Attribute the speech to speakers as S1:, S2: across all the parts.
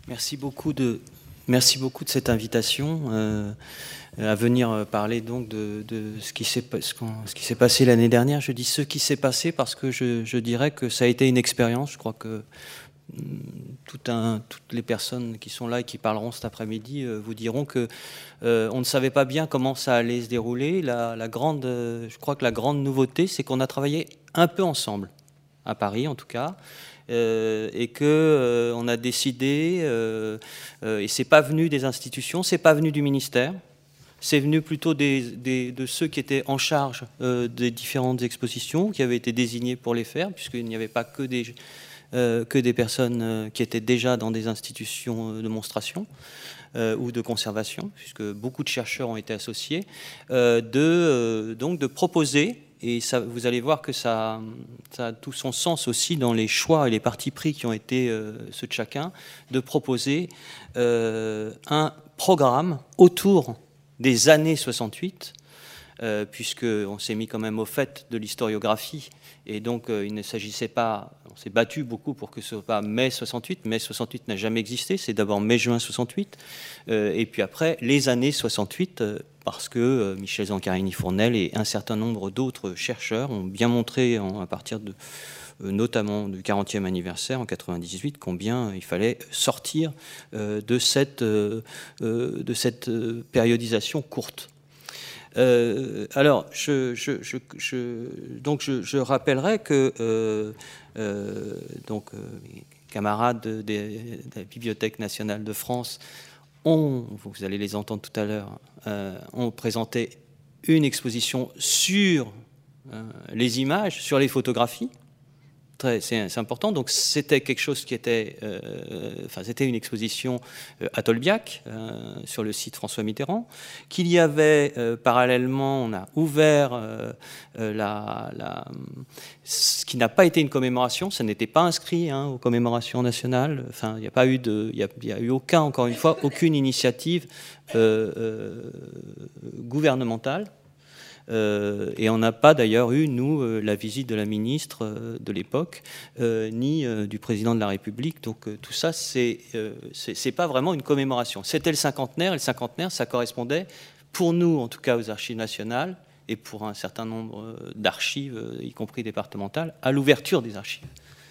S1: Merci beaucoup de cette invitation à venir parler donc de ce qui s'est passé l'année dernière. Je dis ce qui s'est passé parce que je dirais que ça a été une expérience. Je crois que toutes les personnes qui sont là et qui parleront cet après-midi vous diront que on ne savait pas bien comment ça allait se dérouler. Je crois que la grande nouveauté, c'est qu'on a travaillé un peu ensemble, à Paris en tout cas. Et que on a décidé, et c'est pas venu des institutions, c'est pas venu du ministère, c'est venu plutôt de ceux qui étaient en charge des différentes expositions, qui avaient été désignés pour les faire, puisqu'il n'y avait pas que des personnes qui étaient déjà dans des institutions de monstration ou de conservation, puisque beaucoup de chercheurs ont été associés, donc de proposer. Et ça, vous allez voir que ça a tout son sens aussi dans les choix et les partis pris qui ont été ceux de chacun, de proposer un programme autour des années 68, puisqu'on s'est mis quand même au fait de l'historiographie. Et donc, il ne s'agissait pas... On s'est battu beaucoup pour que ce soit pas mai 68. Mai 68 n'a jamais existé. C'est d'abord mai-juin 68. Et puis après, les années 68... parce que Michel Zancarini-Fournel et un certain nombre d'autres chercheurs ont bien montré, à partir notamment du 40e anniversaire en 98, combien il fallait sortir de cette périodisation courte. Alors, je rappellerai que mes camarades de la Bibliothèque nationale de France vous allez les entendre tout à l'heure, ont présenté une exposition sur les images, sur les photographies. C'est important. Donc c'était quelque chose qui était... c'était une exposition à Tolbiac, sur le site François Mitterrand, qu'il y avait parallèlement, on a ouvert ce qui n'a pas été une commémoration, ça n'était pas inscrit aux commémorations nationales. Enfin, il n'y a pas eu encore une fois, aucune initiative gouvernementale. Et on n'a pas d'ailleurs eu, nous, la visite de la ministre de l'époque, ni du président de la République. Donc tout ça, c'est pas vraiment une commémoration. C'était le cinquantenaire, et le cinquantenaire, ça correspondait, pour nous, en tout cas, aux archives nationales, et pour un certain nombre d'archives, y compris départementales, à l'ouverture des archives,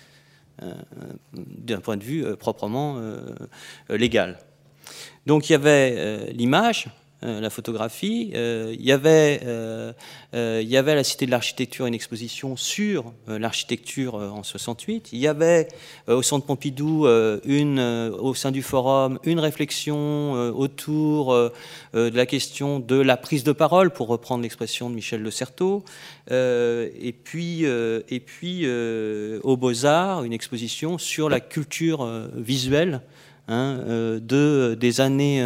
S1: d'un point de vue proprement légal. Donc il y avait l'image, la photographie, il y avait à la Cité de l'Architecture une exposition sur l'architecture en 68. Il y avait au Centre Pompidou, au sein du forum, une réflexion autour de la question de la prise de parole, pour reprendre l'expression de Michel de Certeau. Et puis aux Beaux-Arts, une exposition sur la culture visuelle, des années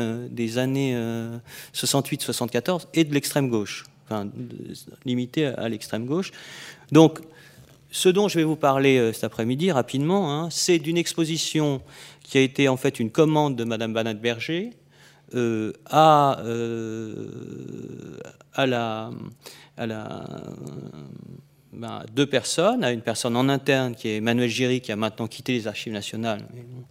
S1: 68-74 et de l'extrême gauche, limité à l'extrême gauche. Donc, ce dont je vais vous parler cet après-midi rapidement, c'est d'une exposition qui a été en fait une commande de Madame Banat-Berger à deux personnes, à une personne en interne qui est Emmanuel Giry, qui a maintenant quitté les Archives nationales,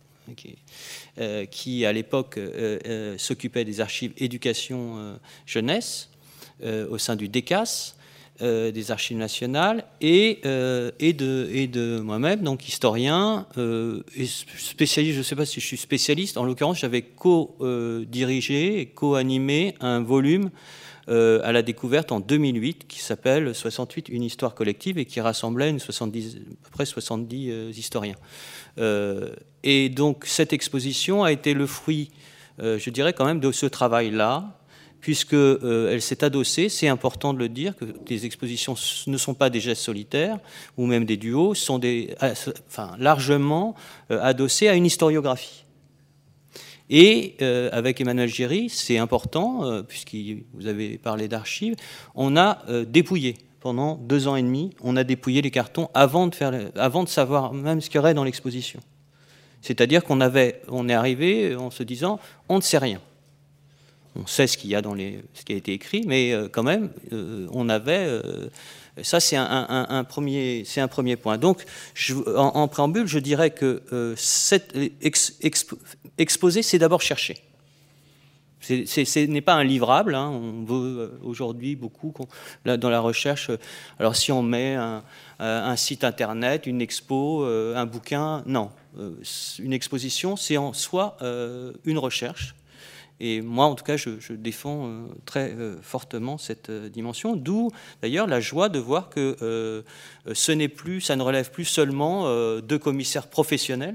S1: qui à l'époque s'occupait des archives éducation jeunesse au sein du DECAS, des Archives nationales, et de moi-même, donc historien et spécialiste. Je ne sais pas si je suis spécialiste. En l'occurrence, j'avais co-dirigé et co-animé un volume à la découverte en 2008 qui s'appelle 68, une histoire collective, et qui rassemblait à peu près 70 historiens. Et donc cette exposition a été le fruit, je dirais quand même, de ce travail-là, puisqu'elle s'est adossée, c'est important de le dire, que les expositions ne sont pas des gestes solitaires ou même des duos, sont largement adossées à une historiographie. Et avec Emmanuel Giry, c'est important, puisque vous avez parlé d'archives, on a dépouillé. Pendant 2 ans et demi, on a dépouillé les cartons avant de savoir même ce qu'il y aurait dans l'exposition. C'est-à-dire qu'on est arrivé en se disant, on ne sait rien. On sait ce qu'il y a ce qui a été écrit, mais quand même, on avait... ça, c'est un premier point. Donc, en préambule, je dirais que exposer, c'est d'abord chercher. Ce n'est pas un livrable, hein. On veut aujourd'hui beaucoup dans la recherche. Alors si on met un site internet, une expo, un bouquin, non. Une exposition, c'est en soi une recherche. Et moi, en tout cas, je défends très fortement cette dimension, d'où d'ailleurs la joie de voir que ça ne relève plus seulement de commissaires professionnels,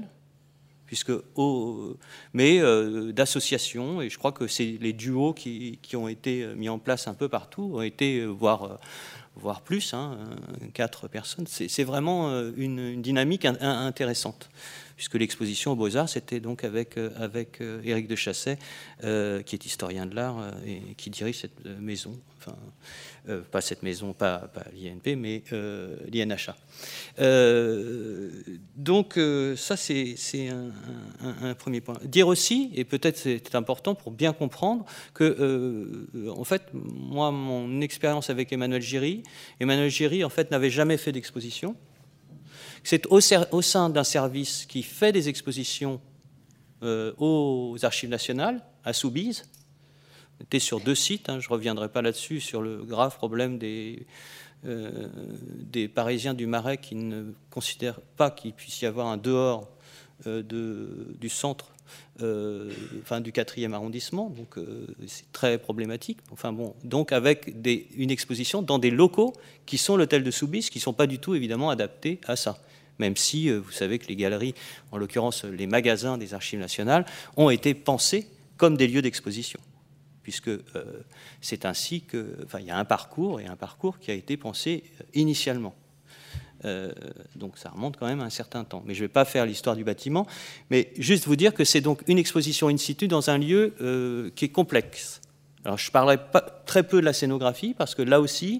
S1: mais d'associations, et je crois que c'est les duos qui ont été mis en place un peu partout, ont été voire plus, hein, 4 personnes. C'est vraiment une dynamique intéressante, puisque l'exposition aux Beaux-Arts, c'était donc avec Éric de Chasset, qui est historien de l'art et qui dirige cette maison, enfin, pas cette maison, pas l'INP, mais l'INHA. Donc ça, c'est un premier point. Dire aussi, et peut-être c'est important pour bien comprendre, que en fait, moi, mon expérience avec Emmanuel Giry, en fait, n'avait jamais fait d'exposition. C'est au sein d'un service qui fait des expositions aux Archives nationales, à Soubise. On était sur 2 sites, hein, je ne reviendrai pas là-dessus, sur le grave problème des Parisiens du Marais qui ne considèrent pas qu'il puisse y avoir un dehors du centre, enfin du 4e arrondissement, donc c'est très problématique. Enfin bon, donc avec une exposition dans des locaux qui sont l'hôtel de Soubise, qui ne sont pas du tout évidemment adaptés à ça. Même si vous savez que les galeries, en l'occurrence les magasins des Archives nationales, ont été pensés comme des lieux d'exposition, puisque c'est ainsi que, enfin, il y a un parcours qui a été pensé initialement. Donc ça remonte quand même à un certain temps. Mais je ne vais pas faire l'histoire du bâtiment, mais juste vous dire que c'est donc une exposition in situ dans un lieu qui est complexe. Alors je parlerai très peu de la scénographie, parce que là aussi,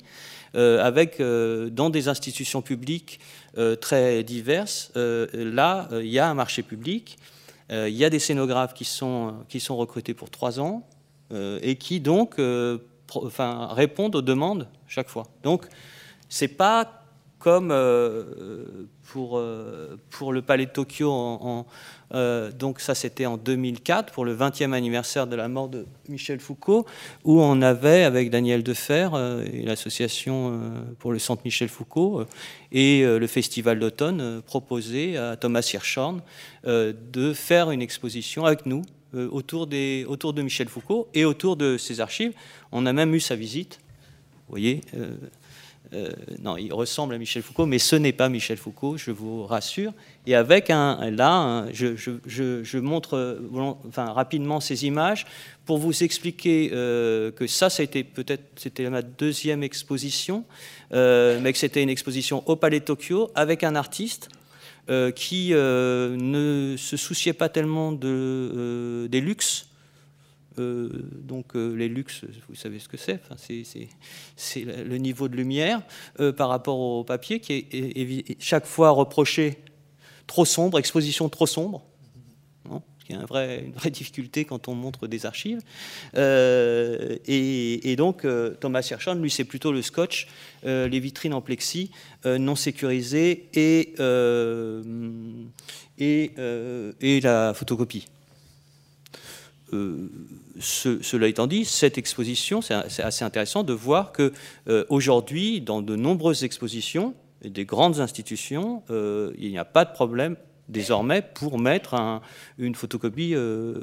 S1: dans des institutions publiques très diverses, là, il y a un marché public, il y a des scénographes qui sont recrutés pour 3 ans, et qui donc répondent aux demandes chaque fois. Donc c'est pas comme pour le Palais de Tokyo, donc ça c'était en 2004, pour le 20e anniversaire de la mort de Michel Foucault, où on avait, avec Daniel Defer et l'association pour le Centre Michel Foucault et le Festival d'automne, proposé à Thomas Hirschhorn de faire une exposition avec nous, autour de Michel Foucault et autour de ses archives. On a même eu sa visite. Vous voyez, non, il ressemble à Michel Foucault, mais ce n'est pas Michel Foucault, je vous rassure. Et avec je montre rapidement ces images pour vous expliquer que ça a été c'était ma 2e exposition, mais que c'était une exposition au Palais de Tokyo avec un artiste qui ne se souciait pas tellement des luxes. Donc les luxes, vous savez ce que c'est, enfin, c'est le niveau de lumière par rapport au papier qui est chaque fois reproché trop sombre, exposition trop sombre. Non, il y a une vraie difficulté quand on montre des archives. Et donc Thomas Hirschhorn, lui, c'est plutôt le scotch, les vitrines en plexi non sécurisées et la photocopie. Cela étant dit, cette exposition, c'est assez intéressant de voir que aujourd'hui, dans de nombreuses expositions et des grandes institutions, il n'y a pas de problème désormais pour mettre une photocopie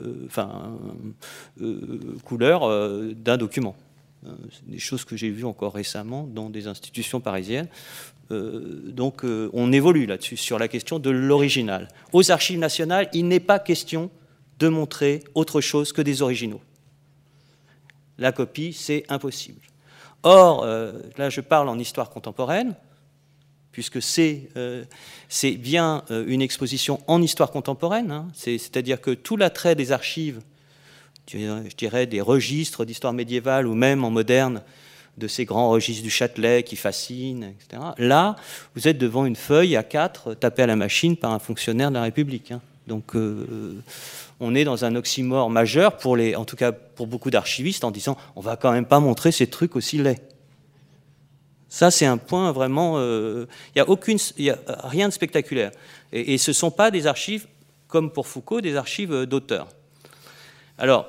S1: couleur d'un document. C'est des choses que j'ai vues encore récemment dans des institutions parisiennes. Donc on évolue là-dessus, sur la question de l'original. Aux Archives nationales, il n'est pas question de montrer autre chose que des originaux. La copie, c'est impossible. Or, là je parle en histoire contemporaine, puisque c'est bien une exposition en histoire contemporaine, hein. C'est-à-dire que tout l'attrait des archives, je dirais des registres d'histoire médiévale ou même en moderne, de ces grands registres du Châtelet qui fascinent, etc. Là, vous êtes devant une feuille A4 tapée à la machine par un fonctionnaire de la République, hein. Donc on est dans un oxymore majeur, en tout cas pour beaucoup d'archivistes, en disant on va quand même pas montrer ces trucs aussi laids. Ça, c'est un point vraiment... Il y a rien de spectaculaire. Et ce ne sont pas des archives comme pour Foucault, des archives d'auteurs. Alors,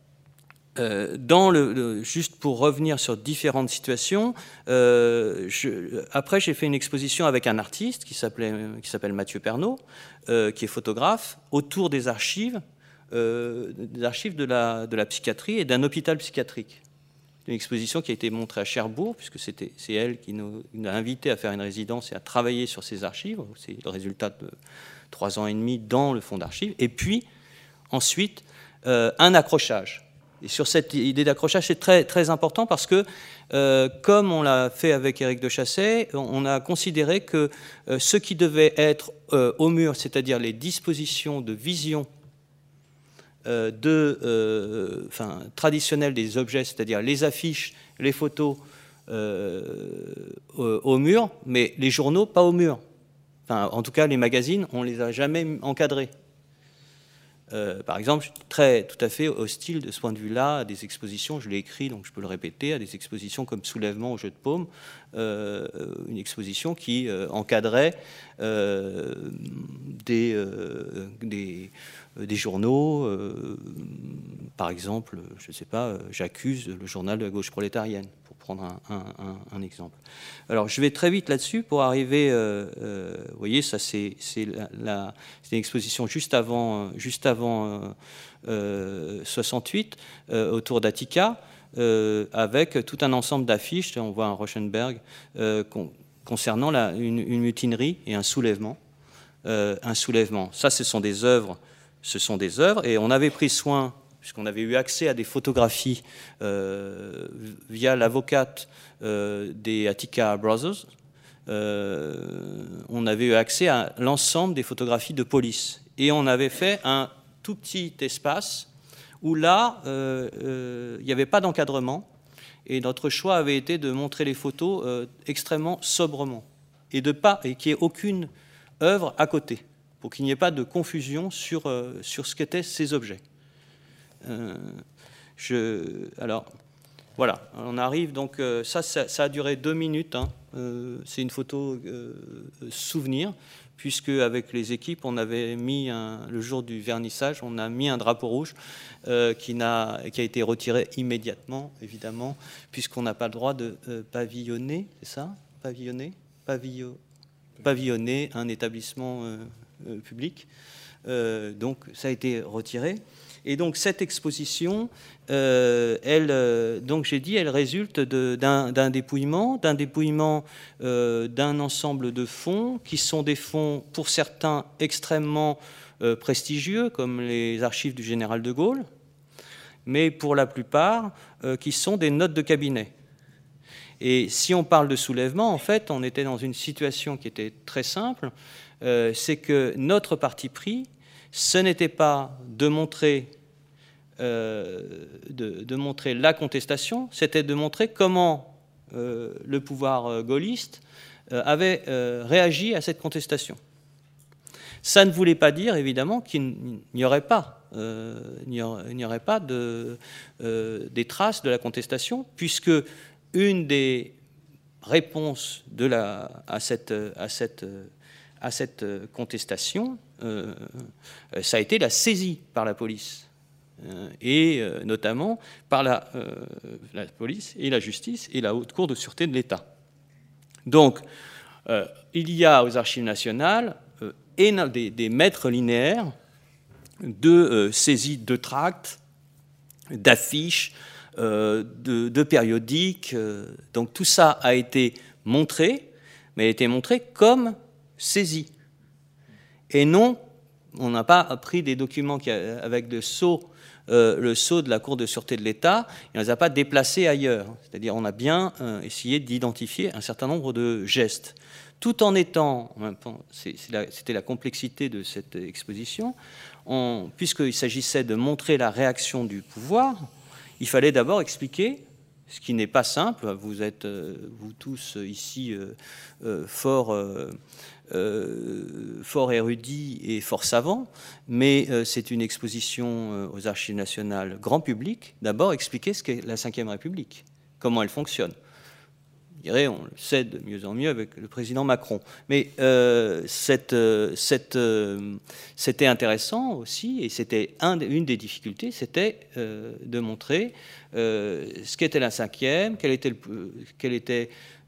S1: juste pour revenir sur différentes situations, après j'ai fait une exposition avec un artiste qui s'appelle Mathieu Pernaut, qui est photographe, autour des archives de la psychiatrie et d'un hôpital psychiatrique. Une exposition qui a été montrée à Cherbourg, puisque c'est elle qui nous a invités à faire une résidence et à travailler sur ces archives. C'est le résultat de 3 ans et demi dans le fonds d'archives. Et puis, ensuite, un accrochage. Et sur cette idée d'accrochage, c'est très, très important parce que, comme on l'a fait avec Éric de Chassey, on a considéré que ce qui devait être au mur, c'est-à-dire les dispositions de vision traditionnelles des objets, c'est-à-dire les affiches, les photos au mur, mais les journaux pas au mur. Enfin, en tout cas, les magazines, on ne les a jamais encadrés. Par exemple, je suis tout à fait hostile de ce point de vue-là à des expositions, je l'ai écrit, donc je peux le répéter, à des expositions comme Soulèvement au jeu de paume, une exposition qui encadrait des journaux, par exemple, je ne sais pas, j'accuse le journal de la gauche prolétarienne, pour prendre un exemple. Alors, je vais très vite là-dessus pour arriver, vous voyez, ça c'est une exposition juste avant 68, autour d'Attica, avec tout un ensemble d'affiches, on voit un Rauschenberg, concernant une mutinerie et un soulèvement. Ça, ce sont des œuvres, et on avait pris soin, puisqu'on avait eu accès à des photographies via l'avocate des Attica Brothers, on avait eu accès à l'ensemble des photographies de police. Et on avait fait un tout petit espace où là, il n'y avait pas d'encadrement, et notre choix avait été de montrer les photos extrêmement sobrement, et qu'il n'y ait aucune œuvre à côté, pour qu'il n'y ait pas de confusion sur ce qu'étaient ces objets. Alors, voilà, on arrive, donc ça a duré 2 minutes, hein. C'est une photo souvenir, puisque avec les équipes, on avait mis, le jour du vernissage, on a mis un drapeau rouge qui a été retiré immédiatement, évidemment, puisqu'on n'a pas le droit de pavillonner, c'est ça ? Pavillonner un établissement public. Donc ça a été retiré. Et donc cette exposition, donc j'ai dit, elle résulte d'un dépouillement d'un ensemble de fonds qui sont des fonds pour certains extrêmement prestigieux, comme les archives du général de Gaulle, mais pour la plupart qui sont des notes de cabinet. Et si on parle de soulèvement, en fait, on était dans une situation qui était très simple, c'est que notre parti pris, ce n'était pas de montrer la contestation, c'était de montrer comment le pouvoir gaulliste avait réagi à cette contestation. Ça ne voulait pas dire, évidemment, qu'il n'y aurait pas, des traces de la contestation, puisque une des réponses à cette contestation, ça a été la saisie par la police, et notamment par la police et la justice et la Haute Cour de sûreté de l'État. Donc, il y a aux Archives nationales des maîtres linéaires de saisie de tracts, d'affiches, de périodiques. Donc tout ça a été montré, mais a été montré comme saisie. Et non, on n'a pas pris des documents avec le sceau de la Cour de sûreté de l'État, et on ne les a pas déplacés ailleurs. C'est-à-dire on a bien essayé d'identifier un certain nombre de gestes. Tout en étant, c'était la complexité de cette exposition, puisqu'il s'agissait de montrer la réaction du pouvoir, il fallait d'abord expliquer, ce qui n'est pas simple, vous êtes, vous tous ici, fort érudits et fort savants, mais c'est une exposition aux Archives nationales grand public, d'abord expliquer ce qu'est la Ve République, comment elle fonctionne. Je dirais, on le sait de mieux en mieux avec le président Macron. Mais c'était intéressant aussi, et c'était une des difficultés, c'était de montrer ce qu'était la cinquième, quelle était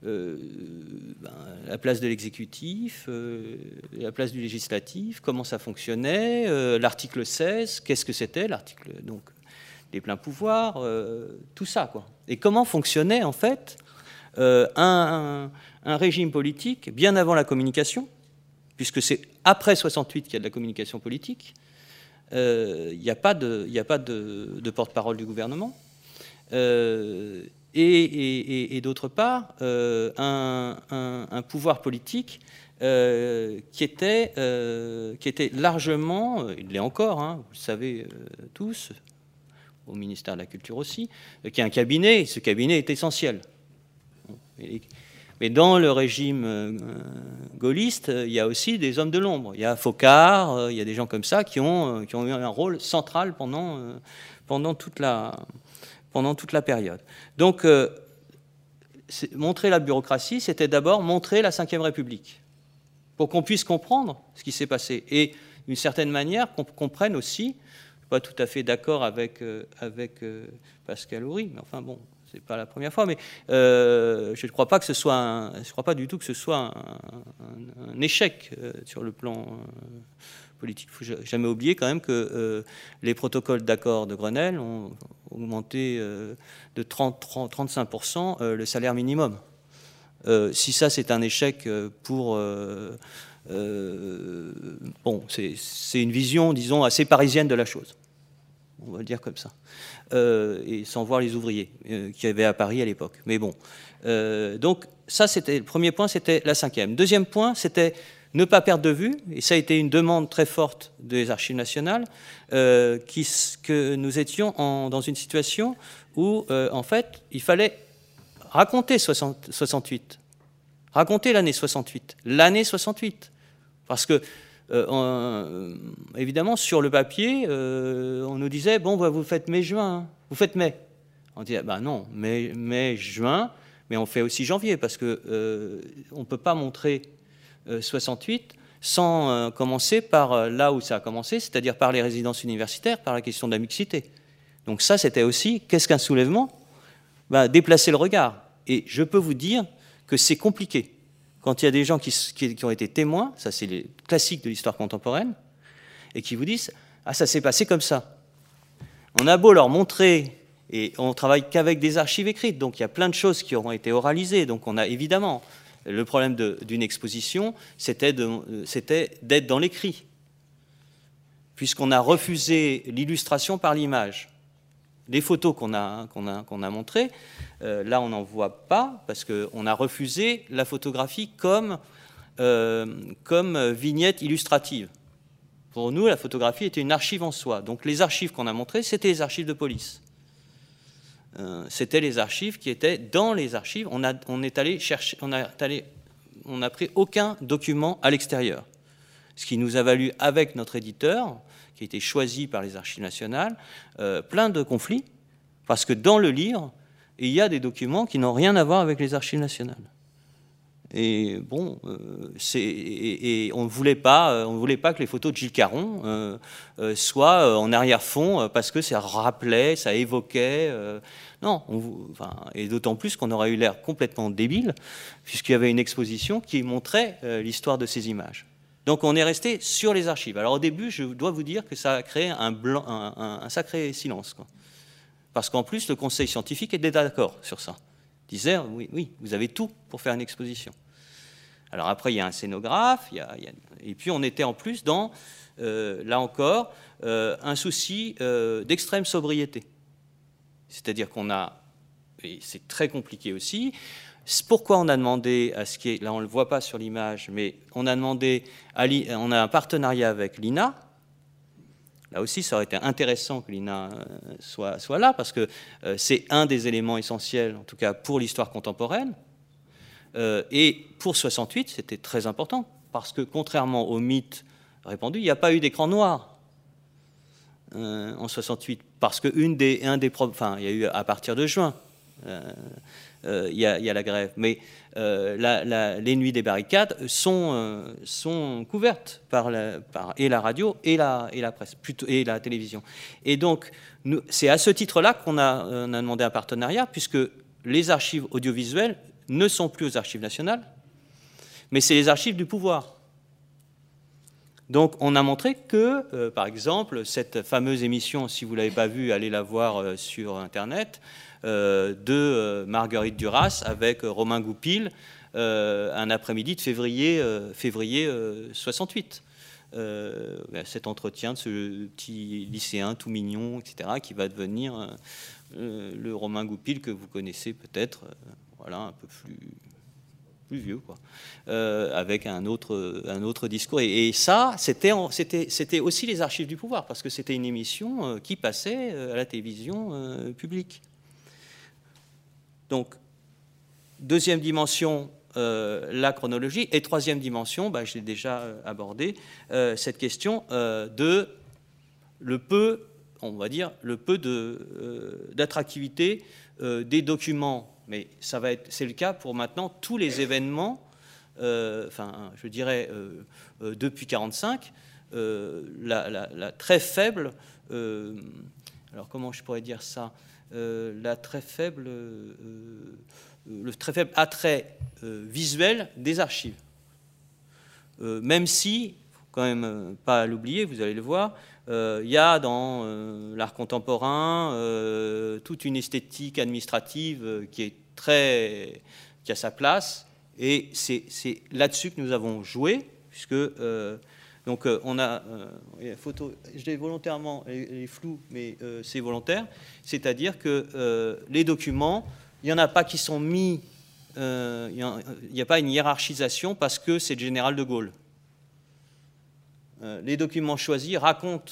S1: la place de l'exécutif, la place du législatif, comment ça fonctionnait, l'article 16, qu'est-ce que c'était, l'article donc des pleins pouvoirs, tout ça, quoi. Et comment fonctionnait en fait un régime politique bien avant la communication, puisque c'est après 68 qu'il y a de la communication politique. Il n'y a pas de porte-parole du gouvernement. Et d'autre part, un pouvoir politique qui était largement, il l'est encore, hein, vous le savez tous, au ministère de la Culture aussi, qui a un cabinet, et ce cabinet est essentiel. Mais dans le régime gaulliste, il y a aussi des hommes de l'ombre. Il y a Focard, il y a des gens comme ça qui ont eu un rôle central pendant toute la période. Donc, montrer la bureaucratie, c'était d'abord montrer la Ve République, pour qu'on puisse comprendre ce qui s'est passé. Et d'une certaine manière, qu'on comprenne aussi, je ne suis pas tout à fait d'accord avec Pascal Horry, mais enfin bon, c'est pas la première fois, mais je ne crois pas que ce soit je crois pas du tout que ce soit un échec sur le plan politique. Il ne faut jamais oublier quand même que les protocoles d'accord de Grenelle ont augmenté de 35% le salaire minimum. Si ça c'est un échec pour bon, c'est une vision, disons, assez parisienne de la chose. On va le dire comme ça. Et sans voir les ouvriers qu'il y avait à Paris à l'époque. Mais bon. Donc, ça, c'était le premier point, c'était la cinquième. Deuxième point, c'était ne pas perdre de vue, et ça a été une demande très forte des Archives nationales, que nous étions dans une situation où, en fait, il fallait raconter 68. Raconter l'année 68. L'année 68. Parce que évidemment, sur le papier, on nous disait, bon, bah, vous faites mai-juin, hein, vous faites mai. On disait, bah non, mai-juin, mais on fait aussi janvier, parce que on ne peut pas montrer 68 sans commencer par là où ça a commencé, c'est-à-dire par les résidences universitaires, par la question de la mixité. Donc ça, c'était aussi, qu'est-ce qu'un soulèvement? Bah, déplacer le regard. Et je peux vous dire que c'est compliqué. Quand il y a des gens qui ont été témoins, ça c'est les classiques de l'histoire contemporaine, et qui vous disent « Ah, ça s'est passé comme ça ». On a beau leur montrer, et on travaille qu'avec des archives écrites, donc il y a plein de choses qui auront été oralisées, donc on a évidemment le problème d'une exposition, c'était d'être dans l'écrit, puisqu'on a refusé l'illustration par l'image. Les photos qu'on a montrées, là on n'en voit pas parce qu'on a refusé la photographie comme vignette illustrative. Pour nous, la photographie était une archive en soi. Donc les archives qu'on a montrées, c'était les archives de police. C'était les archives qui étaient dans les archives. On est allé chercher, on n'a pris aucun document à l'extérieur. Ce qui nous a valu, avec notre éditeur, qui a été choisi par les Archives nationales, plein de conflits, parce que dans le livre, il y a des documents qui n'ont rien à voir avec les Archives nationales. Et bon, on ne voulait pas que les photos de Gilles Caron soient en arrière-fond, parce que ça rappelait, ça évoquait... non, et d'autant plus qu'on aurait eu l'air complètement débile, puisqu'il y avait une exposition qui montrait l'histoire de ces images. Donc on est resté sur les archives. Alors au début, je dois vous dire que ça a créé un sacré silence, quoi. Parce qu'en plus, le conseil scientifique était d'accord sur ça. Il disait, oui, vous avez tout pour faire une exposition. Alors après, il y a un scénographe, et puis on était en plus dans, là encore, un souci d'extrême sobriété. C'est-à-dire qu'on a, et c'est très compliqué aussi, pourquoi on a demandé à ce qui est, là on ne le voit pas sur l'image, mais on a demandé, on a un partenariat avec l'INA. Là aussi, ça aurait été intéressant que l'INA soit là, parce que c'est un des éléments essentiels, en tout cas pour l'histoire contemporaine. Et pour 68, c'était très important, parce que contrairement au mythe répandu, il n'y a pas eu d'écran noir en 68, parce que il y a eu à partir de juin. il y a la grève. Mais les nuits des barricades sont couvertes par et la radio et la presse, plutôt, et la télévision. Et donc, c'est à ce titre-là qu'on a demandé un partenariat, puisque les archives audiovisuelles ne sont plus aux archives nationales, mais c'est les archives du pouvoir. Donc on a montré que, par exemple, cette fameuse émission, si vous ne l'avez pas vue, allez la voir sur Internet, de Marguerite Duras avec Romain Goupil, un après-midi de février 68. Cet entretien de ce petit lycéen tout mignon, etc., qui va devenir le Romain Goupil que vous connaissez peut-être, voilà, un peu plus vieux, quoi, avec un autre discours. Et ça, c'était aussi les archives du pouvoir, parce que c'était une émission qui passait à la télévision publique. Donc, deuxième dimension, la chronologie, et troisième dimension, je l'ai déjà abordé, cette question de le peu, on va dire, le peu d'attractivité des documents. Mais c'est le cas pour maintenant tous les événements, je dirais depuis 1945, la très faible, alors comment je pourrais dire ça, le très faible attrait visuel des archives. Même si, faut quand même pas l'oublier, vous allez le voir, il y a dans l'art contemporain toute une esthétique administrative qui a sa place, et c'est là-dessus que nous avons joué, puisque on a la photo, je l'ai volontairement, elle est floue, mais c'est volontaire, c'est-à-dire que les documents, il n'y en a pas qui sont mis, il n'y a pas une hiérarchisation parce que c'est le général de Gaulle. Les documents choisis racontent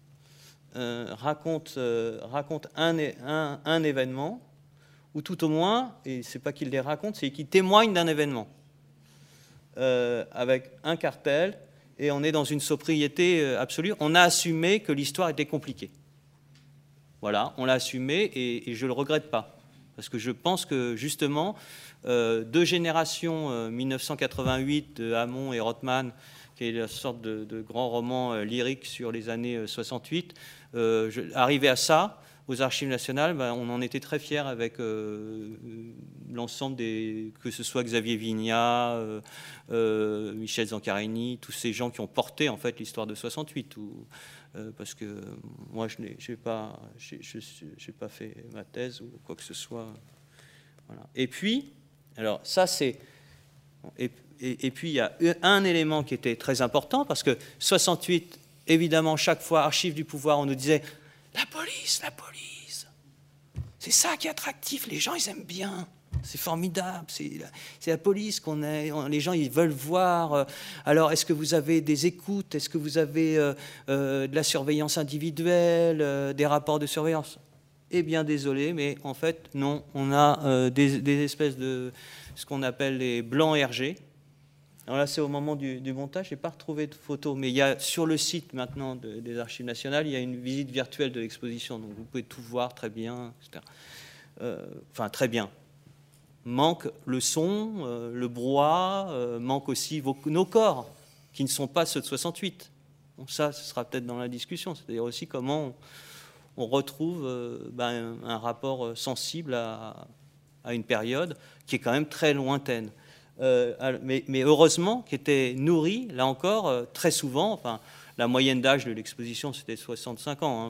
S1: un événement, ou tout au moins, et c'est pas qu'ils les racontent, c'est qu'ils témoignent d'un événement, avec un cartel, et on est dans une sobriété absolue. On a assumé que l'histoire était compliquée. Voilà, on l'a assumé, et je le regrette pas, parce que je pense que justement, deux générations, 1988 de Hamon et Rothman, qui est une sorte de grand roman lyrique sur les années 68. Arrivé à ça, aux Archives nationales, on en était très fiers avec l'ensemble que ce soit Xavier Vignat, Michel Zancarini, tous ces gens qui ont porté en fait l'histoire de 68. Parce que moi, je n'ai pas fait ma thèse ou quoi que ce soit. Voilà. Et puis, alors ça c'est... Et puis, il y a un élément qui était très important, parce que 68, évidemment, chaque fois, archives du pouvoir, on nous disait « la police, c'est ça qui est attractif, les gens, ils aiment bien, c'est formidable, c'est la police qu'on est, les gens, ils veulent voir. Alors, est-ce que vous avez des écoutes? Est-ce que vous avez de la surveillance individuelle, des rapports de surveillance ?» Eh bien, désolé, mais en fait, non, on a des espèces de ce qu'on appelle les blancs RG. Alors là, c'est au moment du montage, je n'ai pas retrouvé de photos, mais il y a sur le site maintenant des Archives nationales, il y a une visite virtuelle de l'exposition, donc vous pouvez tout voir très bien, etc. Très bien. Manque le son, le brouhaha, manque aussi nos corps, qui ne sont pas ceux de 68. Donc ça, ce sera peut-être dans la discussion, c'est-à-dire aussi comment on retrouve un rapport sensible à une période qui est quand même très lointaine. Mais heureusement, qui était nourrie, là encore, très souvent. La moyenne d'âge de l'exposition, c'était 65 ans.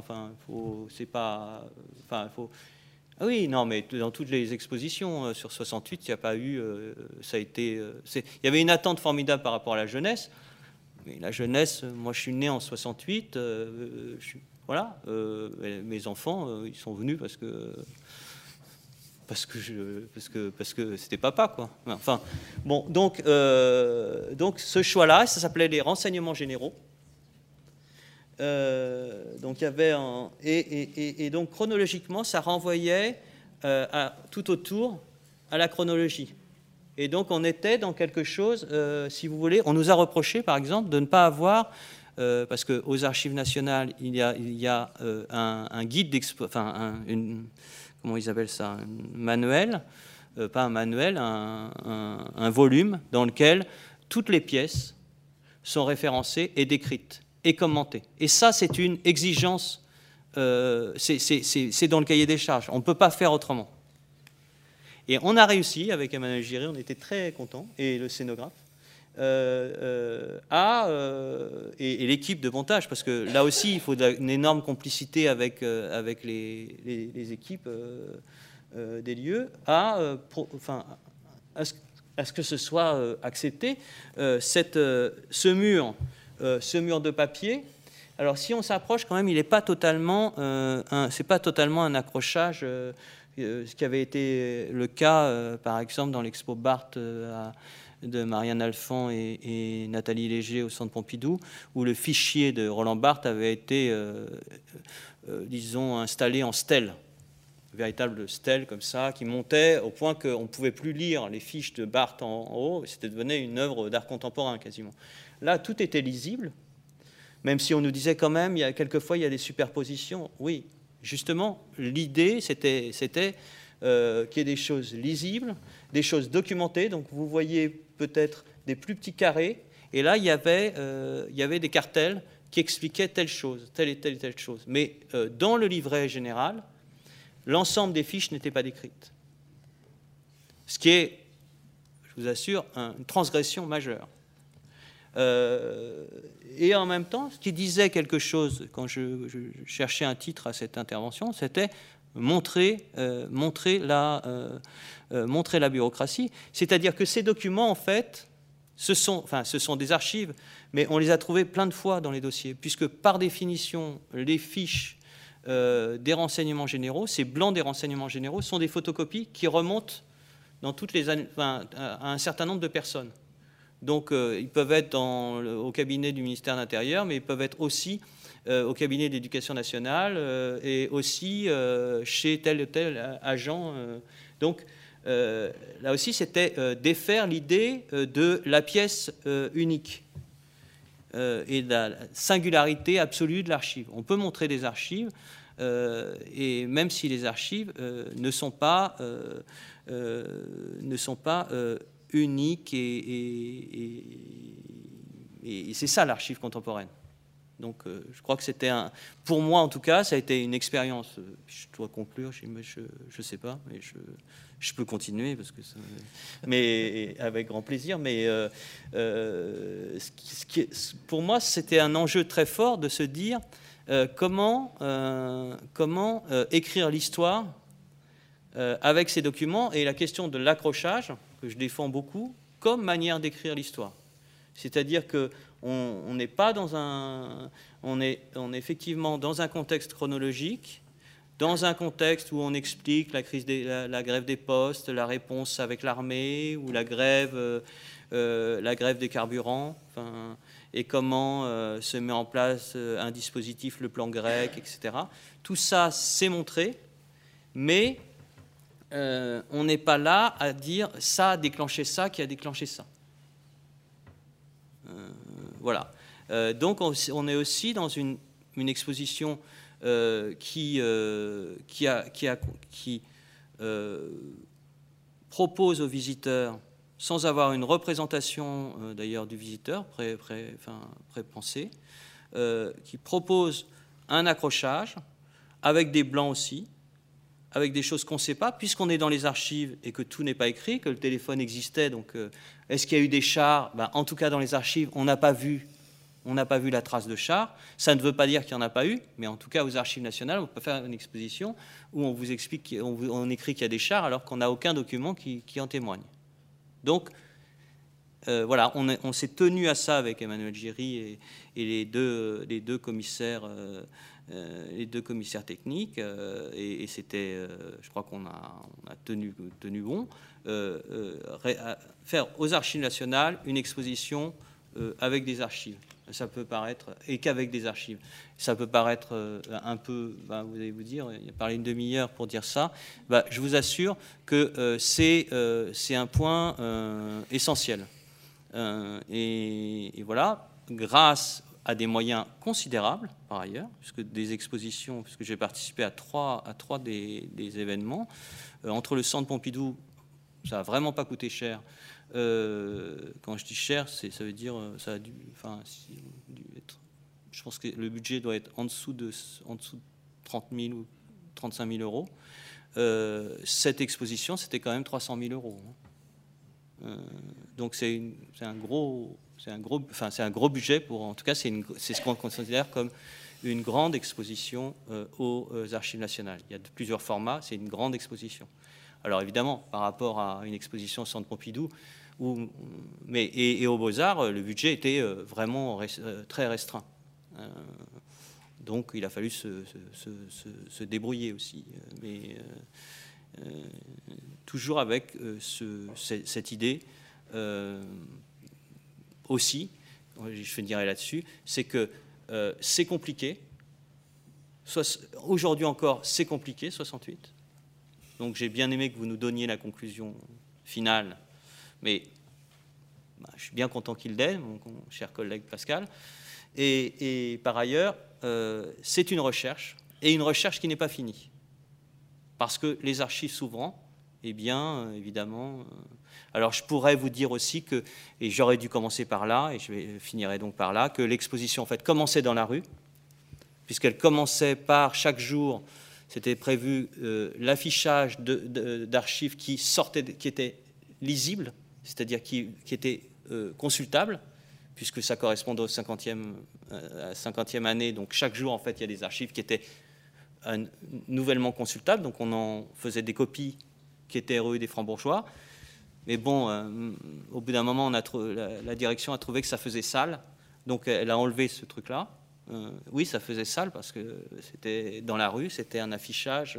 S1: Ah oui, non, mais dans toutes les expositions sur 68, il n'y a pas eu... il y avait une attente formidable par rapport à la jeunesse. Mais la jeunesse, moi, je suis né en 68. Voilà. Mes enfants, ils sont venus parce que c'était papa, quoi. Enfin, bon, donc ce choix-là, ça s'appelait les renseignements généraux. Donc il y avait et donc chronologiquement, ça renvoyait tout autour à la chronologie. Et donc on était dans quelque chose, si vous voulez, on nous a reproché, par exemple, de ne pas avoir parce qu'aux Archives nationales, il y a un guide d'expo, enfin, comment ils appellent ça, un manuel, pas un manuel, un volume dans lequel toutes les pièces sont référencées et décrites et commentées. Et ça, c'est une exigence, c'est dans le cahier des charges. On ne peut pas faire autrement. Et on a réussi, avec Emmanuel Giry, on était très contents, et le scénographe, et l'équipe de montage, parce que là aussi, il faut une énorme complicité avec les équipes des lieux, à ce que ce soit accepté, ce mur de papier. Alors, si on s'approche, quand même, il n'est pas totalement, c'est pas totalement un accrochage, ce qui avait été le cas, par exemple, dans l'expo Barthes de Marianne Alphand et Nathalie Léger au Centre Pompidou, où le fichier de Roland Barthes avait été, disons, installé en stèle, véritable stèle comme ça, qui montait au point qu'on ne pouvait plus lire les fiches de Barthes en haut, c'était devenu une œuvre d'art contemporain quasiment. Là, tout était lisible, même si on nous disait quand même, quelquefois, il y a des superpositions. Oui, justement, l'idée, c'était qu'il y ait des choses lisibles, des choses documentées. Donc, vous voyez peut-être des plus petits carrés. Et là, il y avait des cartels qui expliquaient telle chose, telle et telle chose. Mais dans le livret général, l'ensemble des fiches n'était pas décrite. Ce qui est, je vous assure, une transgression majeure. Et en même temps, ce qui disait quelque chose, quand je cherchais un titre à cette intervention, c'était montrer la bureaucratie. C'est-à-dire que ces documents, en fait, ce sont des archives, mais on les a trouvés plein de fois dans les dossiers, puisque par définition, les fiches des renseignements généraux, ces blancs des renseignements généraux, sont des photocopies qui remontent dans toutes les années, à un certain nombre de personnes. Donc, ils peuvent être au cabinet du ministère de l'Intérieur, mais ils peuvent être aussi au cabinet de l'Éducation nationale et aussi chez tel ou tel agent. Donc, là aussi, c'était défaire l'idée de la pièce unique et de la singularité absolue de l'archive. On peut montrer des archives, et même si les archives ne sont pas unique et c'est ça l'archive contemporaine. Donc je crois que c'était pour moi en tout cas, ça a été une expérience. Je dois conclure, je ne sais pas, mais je peux continuer parce que mais avec grand plaisir. Mais pour moi, c'était un enjeu très fort de se dire comment écrire l'histoire avec ces documents, et la question de l'accrochage, que je défends beaucoup, comme manière d'écrire l'histoire. C'est-à-dire qu'on n'est pas on est effectivement dans un contexte chronologique, dans un contexte où on explique la grève des postes, la réponse avec l'armée, ou la grève des carburants, et comment se met en place un dispositif, le plan grec, etc. Tout ça, c'est montré, mais on n'est pas là à dire ça a déclenché ça, qui a déclenché ça. Voilà. Donc on est aussi dans une exposition qui propose aux visiteurs, sans avoir une représentation d'ailleurs du visiteur pré-pensée, qui propose un accrochage avec des blancs aussi, avec des choses qu'on ne sait pas, puisqu'on est dans les archives et que tout n'est pas écrit, que le téléphone existait. Donc, est-ce qu'il y a eu des chars ? En tout cas, dans les archives, on n'a pas vu la trace de chars. Ça ne veut pas dire qu'il n'y en a pas eu, mais en tout cas, aux Archives nationales, on peut faire une exposition où on vous explique, on écrit qu'il y a des chars, alors qu'on n'a aucun document qui en témoigne. Donc, voilà, on s'est tenu à ça avec Emmanuel Giry et les deux commissaires. Les deux commissaires techniques, et c'était, je crois qu'on a tenu bon, faire aux Archives nationales une exposition avec des archives. Ça peut paraître, et qu'avec des archives. Ça peut paraître un peu, vous allez vous dire, il a parlé une demi-heure pour dire ça. Je vous assure que c'est un point essentiel. Et voilà, grâce a des moyens considérables, par ailleurs, puisque des expositions, puisque j'ai participé à trois des événements. Entre le Centre Pompidou, ça n'a vraiment pas coûté cher. Quand je dis cher, ça veut dire, ça a dû être, je pense que le budget doit être en dessous de 30 000 ou 35 000 euros. Cette exposition, c'était quand même 300 000 euros. Donc c'est un gros budget pour, en tout cas, c'est ce qu'on considère comme une grande exposition aux Archives nationales. Il y a plusieurs formats, c'est une grande exposition. Alors évidemment, par rapport à une exposition au Centre Pompidou, et aux Beaux-Arts, le budget était vraiment très restreint. Donc il a fallu se débrouiller aussi. Mais toujours avec cette idée aussi, je finirai là-dessus, c'est que c'est compliqué. Aujourd'hui encore, c'est compliqué, 68. Donc j'ai bien aimé que vous nous donniez la conclusion finale, mais je suis bien content qu'il l'ait, mon cher collègue Pascal. Et par ailleurs, c'est une recherche, et une recherche qui n'est pas finie. Parce que les archives s'ouvrant, eh bien, évidemment... alors, je pourrais vous dire aussi que, et j'aurais dû commencer par là, et je finirai donc par là, que l'exposition, en fait, commençait dans la rue, puisqu'elle commençait par, chaque jour, c'était prévu l'affichage d'archives qui étaient lisibles, c'est-à-dire qui étaient consultables, puisque ça correspondait au 50e année. Donc, chaque jour, en fait, il y a des archives qui étaient nouvellement consultables. Donc, on en faisait des copies qui étaient rue des Francs-Bourgeois. Mais bon, au bout d'un moment, la direction a trouvé que ça faisait sale. Donc, elle a enlevé ce truc-là. Oui, ça faisait sale parce que c'était dans la rue, c'était un affichage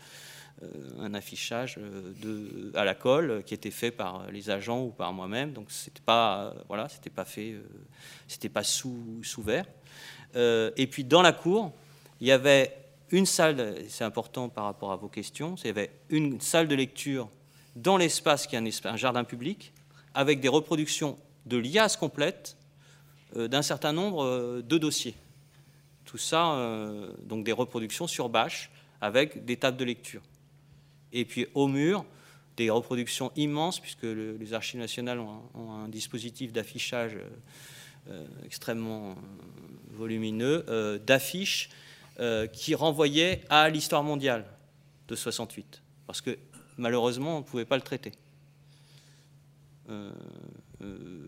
S1: à la colle qui était fait par les agents ou par moi-même. Donc, c'était pas fait, c'était pas sous verre. Et puis, dans la cour, il y avait une salle, c'est important par rapport à vos questions, il y avait une salle de lecture dans l'espace qui est un jardin public, avec des reproductions de liasses complètes d'un certain nombre de dossiers. Tout ça, donc des reproductions sur bâche, avec des tables de lecture. Et puis au mur, des reproductions immenses, puisque les Archives nationales ont un dispositif d'affichage extrêmement volumineux, d'affiches qui renvoyaient à l'histoire mondiale de 68. Parce que malheureusement, on ne pouvait pas le traiter.